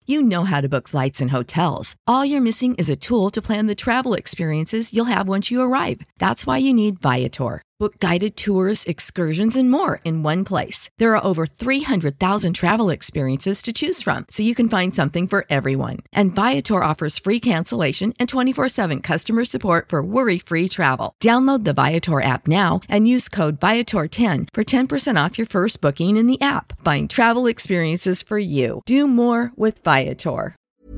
You know how to book flights and hotels. All you're missing is a tool to plan the travel experiences you'll have once you arrive. That's why you need Viator. Book guided tours, excursions, and more in one place. There are over 300,000 travel experiences to choose from, so you can find something for everyone. And Viator offers free cancellation and 24/7 customer support for worry-free travel. Download the Viator app now and use code Viator10 for 10% off your first booking in the app. Find travel experiences for you. Do more with Viator.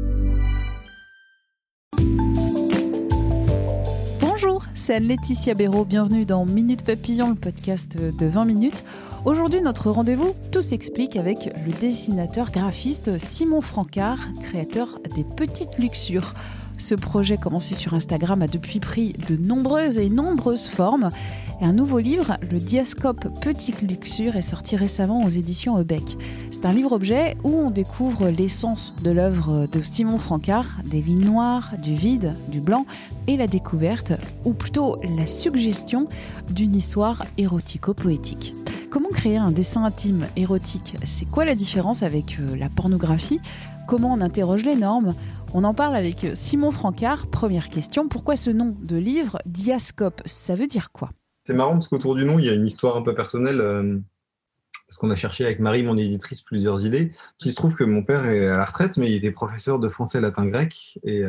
Bonjour, c'est Anne-Laetitia Béraud, bienvenue dans Minute Papillon, le podcast de 20 minutes. Aujourd'hui, notre rendez-vous, tout s'explique avec le dessinateur graphiste Simon Francard, créateur des Petites Luxures. Ce projet commencé sur Instagram a depuis pris de nombreuses formes. Et un nouveau livre, le Diascope Petites Luxures, est sorti récemment aux éditions Heubec. C'est un livre-objet où on découvre l'essence de l'œuvre de Simon Francard, des lignes noires, du vide, du blanc, et la découverte, ou plutôt la suggestion, d'une histoire érotico-poétique. Comment créer un dessin intime érotique ? C'est quoi la différence avec la pornographie ? Comment on interroge les normes ? On en parle avec Simon Francard. Première question, pourquoi ce nom de livre, Diascope ? Ça veut dire quoi ? C'est marrant parce qu'autour du nom, il y a une histoire un peu personnelle, parce qu'on a cherché avec Marie, mon éditrice, plusieurs idées. Il se trouve que mon père est à la retraite, mais il était professeur de français, latin, grec, et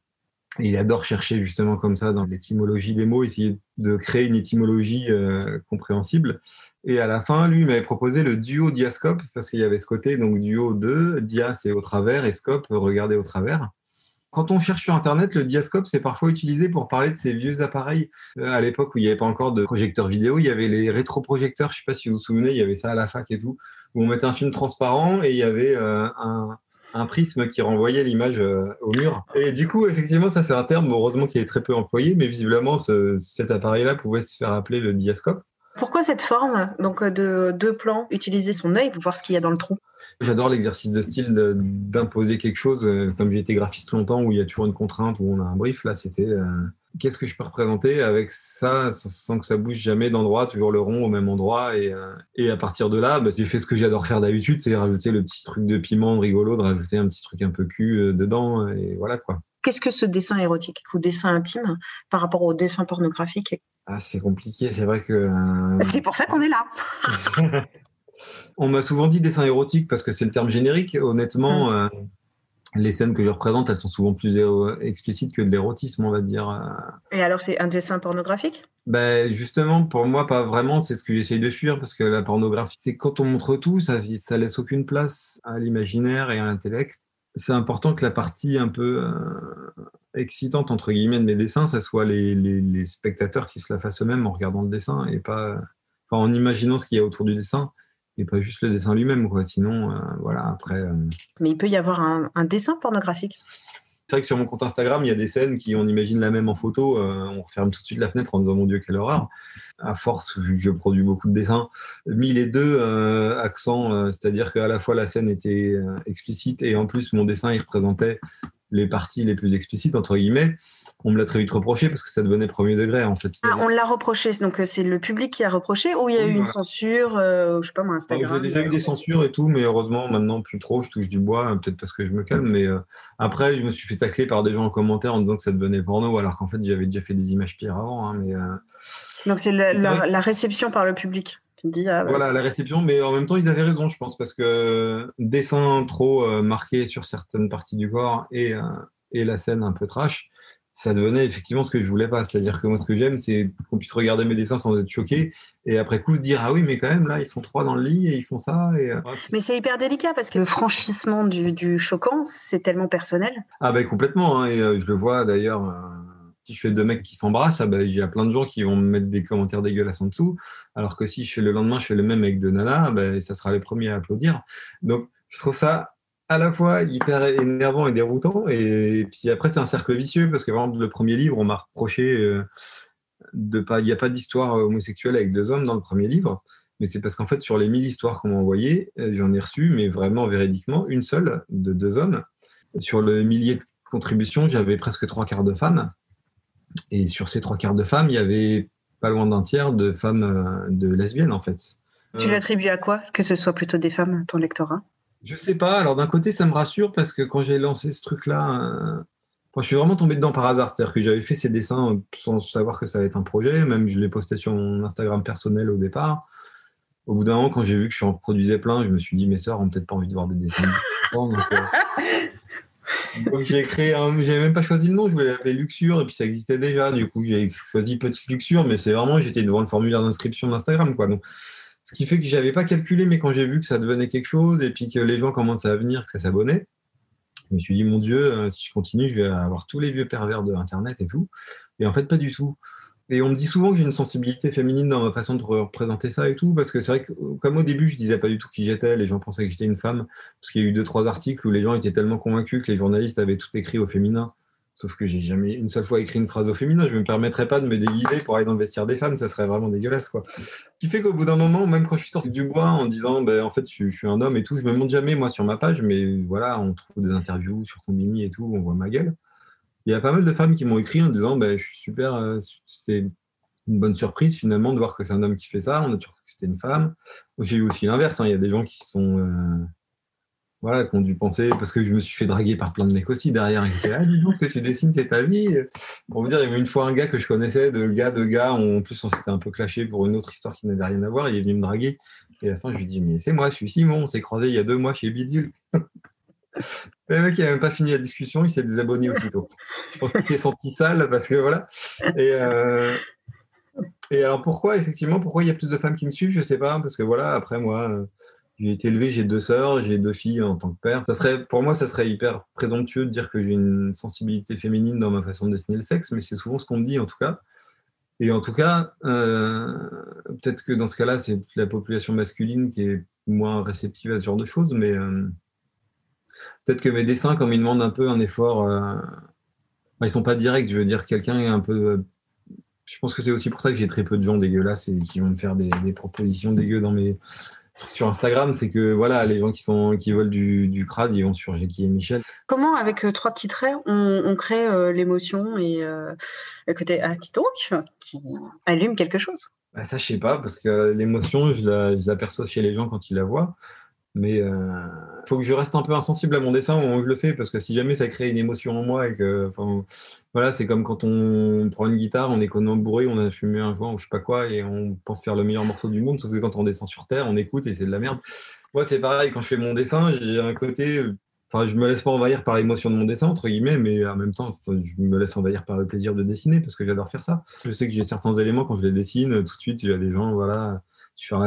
il adore chercher justement comme ça dans l'étymologie des mots, essayer de créer une étymologie compréhensible. Et à la fin, lui, il m'avait proposé le duo diascope, parce qu'il y avait ce côté, donc duo de, dia c'est au travers, et scope, regarder au travers. Quand on cherche sur Internet, le diascope, c'est parfois utilisé pour parler de ces vieux appareils. À l'époque où il n'y avait pas encore de projecteurs vidéo, il y avait les rétroprojecteurs, je ne sais pas si vous vous souvenez, il y avait ça à la fac et tout, où on mettait un film transparent et il y avait un prisme qui renvoyait l'image au mur. Et du coup, effectivement, ça c'est un terme, heureusement, qui est très peu employé, mais visiblement, cet appareil-là pouvait se faire appeler le diascope. Pourquoi cette forme donc de deux plans, utiliser son œil pour voir ce qu'il y a dans le trou ? J'adore l'exercice de style d'imposer quelque chose. Comme j'ai été graphiste longtemps, où il y a toujours une contrainte, où on a un brief, là, c'était qu'est-ce que je peux représenter avec ça sans que ça bouge jamais d'endroit, toujours le rond au même endroit. Et à partir de là, j'ai fait ce que j'adore faire d'habitude, c'est rajouter le petit truc de piment rigolo, de rajouter un petit truc un peu cul dedans, et voilà quoi. Qu'est-ce que ce dessin érotique ou dessin intime par rapport au dessin pornographique ? C'est compliqué, c'est vrai que... C'est pour ça qu'on est là. On m'a souvent dit dessin érotique parce que c'est le terme générique. Honnêtement, les scènes que je représente, elles sont souvent plus explicites que de l'érotisme, on va dire. Et alors, c'est un dessin pornographique ? Justement, pour moi, pas vraiment. C'est ce que j'essaye de fuir parce que la pornographie, c'est quand on montre tout, ça laisse aucune place à l'imaginaire et à l'intellect. C'est important que la partie un peu excitante, entre guillemets, de mes dessins, ça soit les spectateurs qui se la fassent eux-mêmes en regardant le dessin et pas en imaginant ce qu'il y a autour du dessin. Et pas juste le dessin lui-même, quoi. Sinon, voilà, après... Mais il peut y avoir un dessin pornographique. C'est vrai que sur mon compte Instagram, il y a des scènes qui, on imagine la même en photo, on referme tout de suite la fenêtre en disant « Mon Dieu, quelle horreur !» À force, vu que je produis beaucoup de dessins, mis les deux accents, c'est-à-dire qu'à la fois la scène était explicite et en plus, mon dessin, il représentait les parties les plus explicites, entre guillemets. On me l'a très vite reproché parce que ça devenait premier degré, en fait. On l'a reproché, donc c'est le public qui a reproché ou il y a eu une censure, je sais pas moi, Instagram. J'ai déjà eu des censures et tout, mais heureusement, maintenant, plus trop, je touche du bois, peut-être parce que je me calme, mais après, je me suis fait tacler par des gens en commentaire en disant que ça devenait porno, alors qu'en fait, j'avais déjà fait des images pires avant. Donc c'est la réception par le public. Voilà, la réception, mais en même temps, ils avaient raison, je pense, parce que dessin trop marqué sur certaines parties du corps et la scène un peu trash, ça devenait effectivement ce que je voulais pas. C'est-à-dire que moi, ce que j'aime, c'est qu'on puisse regarder mes dessins sans être choqué et après coup se dire « Ah oui, mais quand même, là, ils sont 3 dans le lit et ils font ça. » Mais c'est hyper délicat parce que le franchissement du choquant, c'est tellement personnel. Complètement, hein, et je le vois d'ailleurs... Si je fais 2 mecs qui s'embrassent, il y a plein de gens qui vont me mettre des commentaires dégueulasses en dessous. Alors que si le lendemain, je fais le même avec 2 nanas, ça sera les premiers à applaudir. Donc, je trouve ça à la fois hyper énervant et déroutant. Et puis après, c'est un cercle vicieux parce que, par exemple, le premier livre, on m'a reproché il n'y a pas d'histoire homosexuelle avec 2 hommes dans le premier livre. Mais c'est parce qu'en fait, sur les 1000 histoires qu'on m'a envoyées, j'en ai reçu, mais vraiment véridiquement, une seule de 2 hommes. Sur le millier de contributions, j'avais presque 3/4 de femmes. Et sur ces 3/4 de femmes, il y avait pas loin d'un tiers de femmes de lesbiennes, en fait. Tu l'attribues à quoi ? Que ce soit plutôt des femmes, ton lectorat ? Je sais pas. Alors d'un côté, ça me rassure parce que quand j'ai lancé ce truc-là, je suis vraiment tombé dedans par hasard. C'est-à-dire que j'avais fait ces dessins sans savoir que ça allait être un projet. Même je l'ai posté sur mon Instagram personnel au départ. Au bout d'un moment, quand j'ai vu que j'en produisais plein, je me suis dit, mes sœurs ont peut-être pas envie de voir des dessins. Donc j'ai créé j'avais même pas choisi le nom, je voulais l'appeler Luxure et puis ça existait déjà. Du coup, j'ai choisi Petite Luxure, mais c'est vraiment, j'étais devant le formulaire d'inscription d'Instagram, quoi. Donc, ce qui fait que j'avais pas calculé, mais quand j'ai vu que ça devenait quelque chose et puis que les gens commençaient à venir, que ça s'abonnait, je me suis dit, mon Dieu, si je continue, je vais avoir tous les vieux pervers de Internet et tout. Et en fait, pas du tout. Et on me dit souvent que j'ai une sensibilité féminine dans ma façon de représenter ça et tout, parce que c'est vrai que, comme au début, je disais pas du tout qui j'étais, les gens pensaient que j'étais une femme, parce qu'il y a eu 2-3 articles où les gens étaient tellement convaincus que les journalistes avaient tout écrit au féminin. Sauf que j'ai jamais une seule fois écrit une phrase au féminin, je me permettrais pas de me déguiser pour aller dans le vestiaire des femmes, ça serait vraiment dégueulasse, quoi. Ce qui fait qu'au bout d'un moment, même quand je suis sorti du bois en disant, en fait, je suis un homme et tout, je me montre jamais, moi, sur ma page, mais voilà, on trouve des interviews sur Combini et tout, on voit ma gueule. Il y a pas mal de femmes qui m'ont écrit en disant, je suis super, c'est une bonne surprise finalement de voir que c'est un homme qui fait ça. On a toujours cru que c'était une femme. J'ai eu aussi l'inverse. Il y a des gens qui sont qui ont dû penser, parce que je me suis fait draguer par plein de mecs aussi derrière. Ils disaient, dis donc, ce que tu dessines, c'est ta vie. Pour vous dire, il y avait une fois un gars que je connaissais, de gars. En plus, on s'était un peu clashé pour une autre histoire qui n'avait rien à voir. Il est venu me draguer. Et à la fin, je lui dis, mais c'est moi, je suis Simon. On s'est croisés il y a 2 mois chez Bidule. Le mec, il n'a même pas fini la discussion. Il s'est désabonné aussitôt. Je pense qu'il s'est senti sale parce que voilà. Et alors pourquoi il y a plus de femmes qui me suivent, je sais pas, parce que voilà, après moi, j'ai été élevé, j'ai 2 sœurs, j'ai 2 filles en tant que père. Pour moi, ça serait hyper présomptueux de dire que j'ai une sensibilité féminine dans ma façon de dessiner le sexe, mais c'est souvent ce qu'on me dit en tout cas. Et en tout cas, peut-être que dans ce cas-là, c'est la population masculine qui est moins réceptive à ce genre de choses, mais peut-être que mes dessins, comme ils demandent un peu un effort, ils sont pas directs, je veux dire, quelqu'un est un peu... Je pense que c'est aussi pour ça que j'ai très peu de gens dégueulasses et qui vont me faire des propositions dégueu dans mes trucs sur Instagram. C'est que voilà, les gens qui veulent du crade, ils vont sur Jackie et Michel. Comment, avec 3 petits traits, on crée l'émotion et le côté donc qui allume quelque chose? Ça, je sais pas, parce que l'émotion, je l'aperçois chez les gens quand ils la voient. Mais faut que je reste un peu insensible à mon dessin au moment où je le fais, parce que si jamais ça crée une émotion en moi et que, voilà, c'est comme quand on prend une guitare, on est complètement bourré, on a fumé un joint ou je sais pas quoi, et on pense faire le meilleur morceau du monde, sauf que quand on descend sur terre, on écoute et c'est de la merde. Moi, c'est pareil, quand je fais mon dessin, j'ai un côté, je me laisse pas envahir par l'émotion de mon dessin, entre guillemets, mais en même temps, je me laisse envahir par le plaisir de dessiner, parce que j'adore faire ça. Je sais que j'ai certains éléments, quand je les dessine, tout de suite, il y a des gens, voilà, tu fais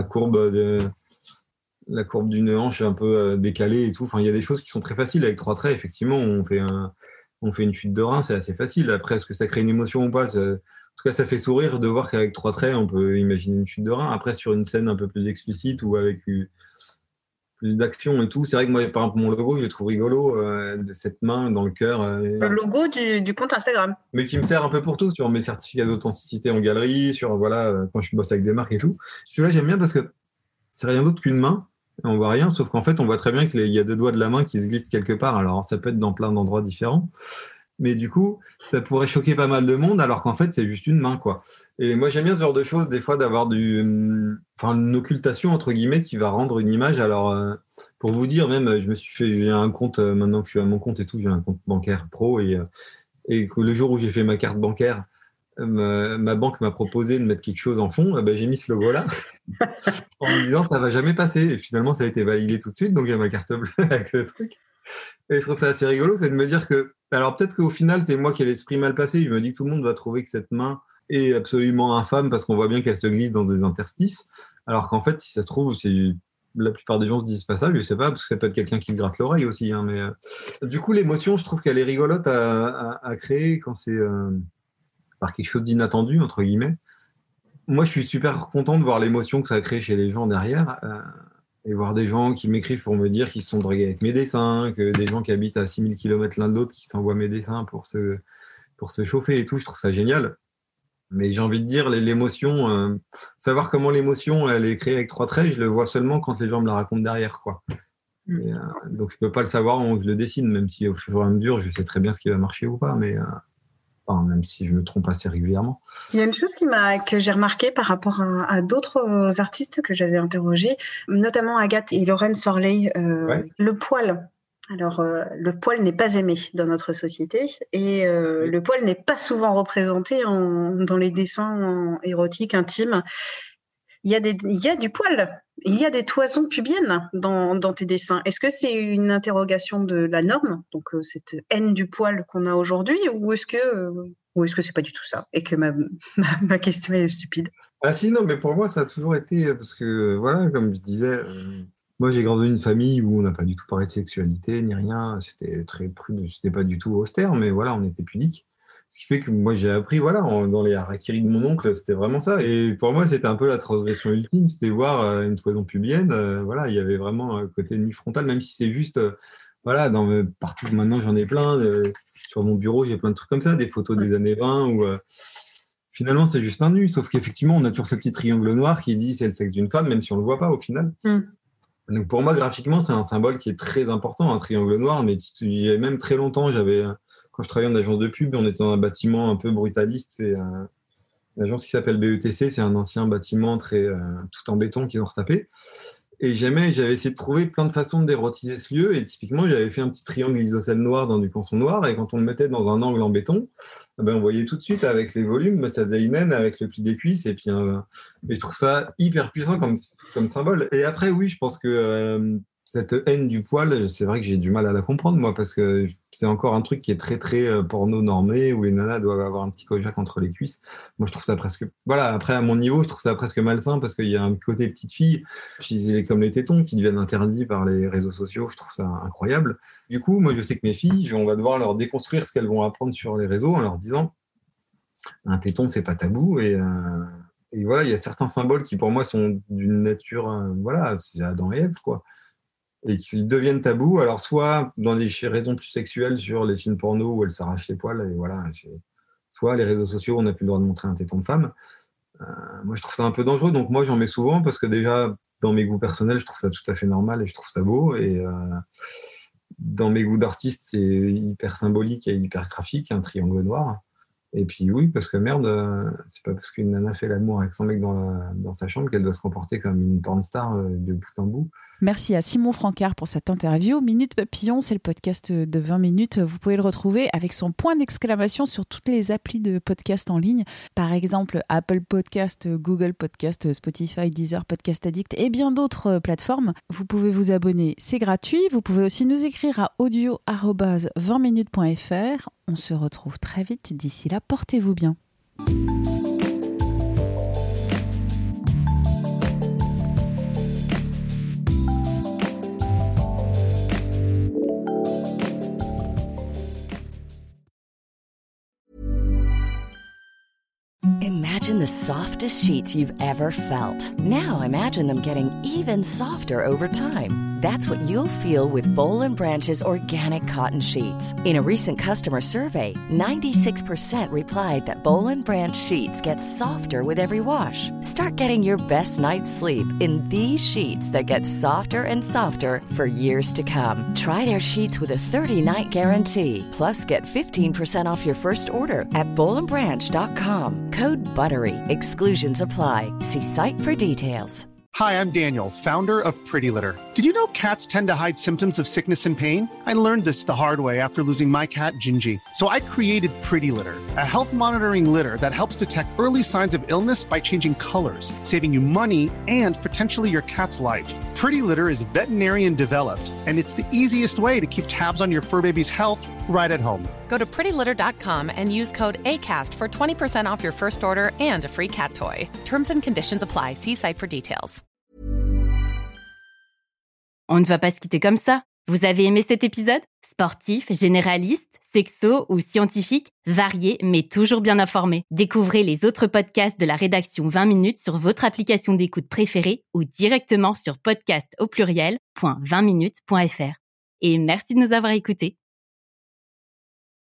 la courbe d'une hanche un peu décalée et tout. Il y a des choses qui sont très faciles avec 3 traits. Effectivement, on fait une chute de rein, c'est assez facile. Après, est-ce que ça crée une émotion ou pas? En tout cas, ça fait sourire de voir qu'avec 3 traits, on peut imaginer une chute de rein. Après, sur une scène un peu plus explicite ou avec plus d'action et tout, c'est vrai que moi, par exemple, mon logo, je le trouve rigolo, de cette main dans le cœur. Le logo du compte Instagram. Mais qui me sert un peu pour tout, sur mes certificats d'authenticité en galerie, sur quand je bosse avec des marques et tout. Celui-là, j'aime bien parce que c'est rien d'autre qu'une main. On voit rien, sauf qu'en fait, on voit très bien qu'il y a 2 doigts de la main qui se glissent quelque part. Alors, ça peut être dans plein d'endroits différents. Mais du coup, ça pourrait choquer pas mal de monde, alors qu'en fait, c'est juste une main, quoi. Et moi, j'aime bien ce genre de choses, des fois, d'avoir une occultation, entre guillemets, qui va rendre une image. Alors, pour vous dire, même, j'ai un compte, maintenant que je suis à mon compte et tout, j'ai un compte bancaire pro. Et que le jour où j'ai fait ma carte bancaire, ma banque m'a proposé de mettre quelque chose en fond, j'ai mis ce logo-là en me disant ça va jamais passer. Et finalement, ça a été validé tout de suite, donc j'ai ma carte bleue avec ce truc. Et je trouve ça assez rigolo, c'est de me dire que, alors peut-être qu'au final, c'est moi qui ai l'esprit mal placé. Je me dis que tout le monde va trouver que cette main est absolument infâme parce qu'on voit bien qu'elle se glisse dans des interstices. Alors qu'en fait, si ça se trouve, la plupart des gens se disent pas ça, je sais pas, parce que ça peut être quelqu'un qui se gratte l'oreille aussi. Mais du coup, l'émotion, je trouve qu'elle est rigolote à créer quand c'est par quelque chose d'inattendu, entre guillemets. Moi, je suis super content de voir l'émotion que ça a créé chez les gens derrière, et voir des gens qui m'écrivent pour me dire qu'ils se sont dragués avec mes dessins, que des gens qui habitent à 6000 km l'un de l'autre qui s'envoient mes dessins pour se chauffer et tout. Je trouve ça génial. Mais j'ai envie de dire, l'émotion, savoir comment l'émotion elle est créée avec 3 traits, je le vois seulement quand les gens me la racontent derrière, quoi. Et, donc, je peux pas le savoir où je le dessine, même si au fur et à mesure, je sais très bien ce qui va marcher ou pas. Mais Enfin, même si je me trompe assez régulièrement. Il y a une chose que j'ai remarqué par rapport à d'autres artistes que j'avais interrogés, notamment Agathe et Lorraine Sorley, le poil. Alors, le poil n'est pas aimé dans notre société et le poil n'est pas souvent représenté dans les dessins érotiques, intimes. Il y a du poil, il y a des toisons pubiennes dans tes dessins. Est-ce que c'est une interrogation de la norme, donc cette haine du poil qu'on a aujourd'hui, ou est-ce que c'est pas du tout ça et que ma question est stupide? Ah si, non, mais pour moi, ça a toujours été, parce que, voilà, comme je disais, moi, j'ai grandi dans une famille où on n'a pas du tout parlé de sexualité, ni rien, c'était très prude, c'était pas du tout austère, mais voilà, on était pudique. Ce qui fait que moi, j'ai appris, voilà, dans les harakiri de mon oncle, c'était vraiment ça. Et pour moi, c'était un peu la transgression ultime, c'était voir une toison pubienne. Voilà, il y avait vraiment un côté nu frontal, même si c'est juste, voilà, partout maintenant, j'en ai plein. Sur mon bureau, j'ai plein de trucs comme ça, des photos des années 20 où finalement, c'est juste un nu. Sauf qu'effectivement, on a toujours ce petit triangle noir qui dit c'est le sexe d'une femme, même si on ne le voit pas au final. Donc pour moi, graphiquement, c'est un symbole qui est très important, un triangle noir, mais même très longtemps, quand je travaillais en agence de pub, on était dans un bâtiment un peu brutaliste. C'est une agence qui s'appelle BETC, c'est un ancien bâtiment tout en béton qu'ils ont retapé. Et j'avais essayé de trouver plein de façons d'érotiser ce lieu. Et typiquement, j'avais fait un petit triangle isocèle noir dans du ponçon noir. Et quand on le mettait dans un angle en béton, on voyait tout de suite avec les volumes, ça faisait une naine avec le pli des cuisses. Et puis, je trouve ça hyper puissant comme symbole. Et après, oui, je pense que cette haine du poil, c'est vrai que j'ai du mal à la comprendre, moi, parce que c'est encore un truc qui est très, très porno normé, où les nanas doivent avoir un petit kojak entre les cuisses. Moi, je trouve ça presque... Voilà, après, à mon niveau, je trouve ça presque malsain, parce qu'il y a un côté petite fille, puis comme les tétons, qui deviennent interdits par les réseaux sociaux, je trouve ça incroyable. Du coup, moi, je sais que mes filles, on va devoir leur déconstruire ce qu'elles vont apprendre sur les réseaux, en leur disant, un téton, c'est pas tabou, et voilà, il y a certains symboles qui, pour moi, sont d'une nature, voilà, c'est Adam et Ève, quoi. Et qui deviennent tabous, alors soit dans des raisons plus sexuelles sur les films porno où elles s'arrachent les poils, et voilà, soit les réseaux sociaux où on n'a plus le droit de montrer un téton de femme. Moi, je trouve ça un peu dangereux, donc moi, j'en mets souvent, parce que déjà, dans mes goûts personnels, je trouve ça tout à fait normal et je trouve ça beau, et dans mes goûts d'artiste, c'est hyper symbolique et hyper graphique, un triangle noir. Et puis oui, parce que merde, c'est pas parce qu'une nana fait l'amour avec son mec dans sa chambre qu'elle doit se comporter comme une porn-star de bout en bout. Merci à Simon Francard pour cette interview. Minute Papillon, c'est le podcast de 20 minutes. Vous pouvez le retrouver avec son point d'exclamation sur toutes les applis de podcast en ligne. Par exemple, Apple Podcast, Google Podcast, Spotify, Deezer, Podcast Addict et bien d'autres plateformes. Vous pouvez vous abonner, c'est gratuit. Vous pouvez aussi nous écrire à audio@20minutes.fr. On se retrouve très vite. D'ici là, portez-vous bien. Imagine the softest sheets you've ever felt. Now imagine them getting even softer over time. That's what you'll feel with Boll & Branch's organic cotton sheets. In a recent customer survey, 96% replied that Boll & Branch sheets get softer with every wash. Start getting your best night's sleep in these sheets that get softer and softer for years to come. Try their sheets with a 30-night guarantee. Plus, get 15% off your first order at bollandbranch.com. Code BUTTERY. Exclusions apply. See site for details. Hi, I'm Daniel, founder of Pretty Litter. Did you know cats tend to hide symptoms of sickness and pain? I learned this the hard way after losing my cat, Gingy. So I created Pretty Litter, a health monitoring litter that helps detect early signs of illness by changing colors, saving you money and potentially your cat's life. Pretty Litter is veterinarian developed, and it's the easiest way to keep tabs on your fur baby's health right at home. Go to prettylitter.com and use code ACAST for 20% off your first order and a free cat toy. Terms and conditions apply. See site for details. On ne va pas se quitter comme ça. Vous avez aimé cet épisode ? Sportif, généraliste, sexo ou scientifique, varié mais toujours bien informé. Découvrez les autres podcasts de la rédaction 20 minutes sur votre application d'écoute préférée ou directement sur podcast@20minutes.fr. Et merci de nous avoir écoutés.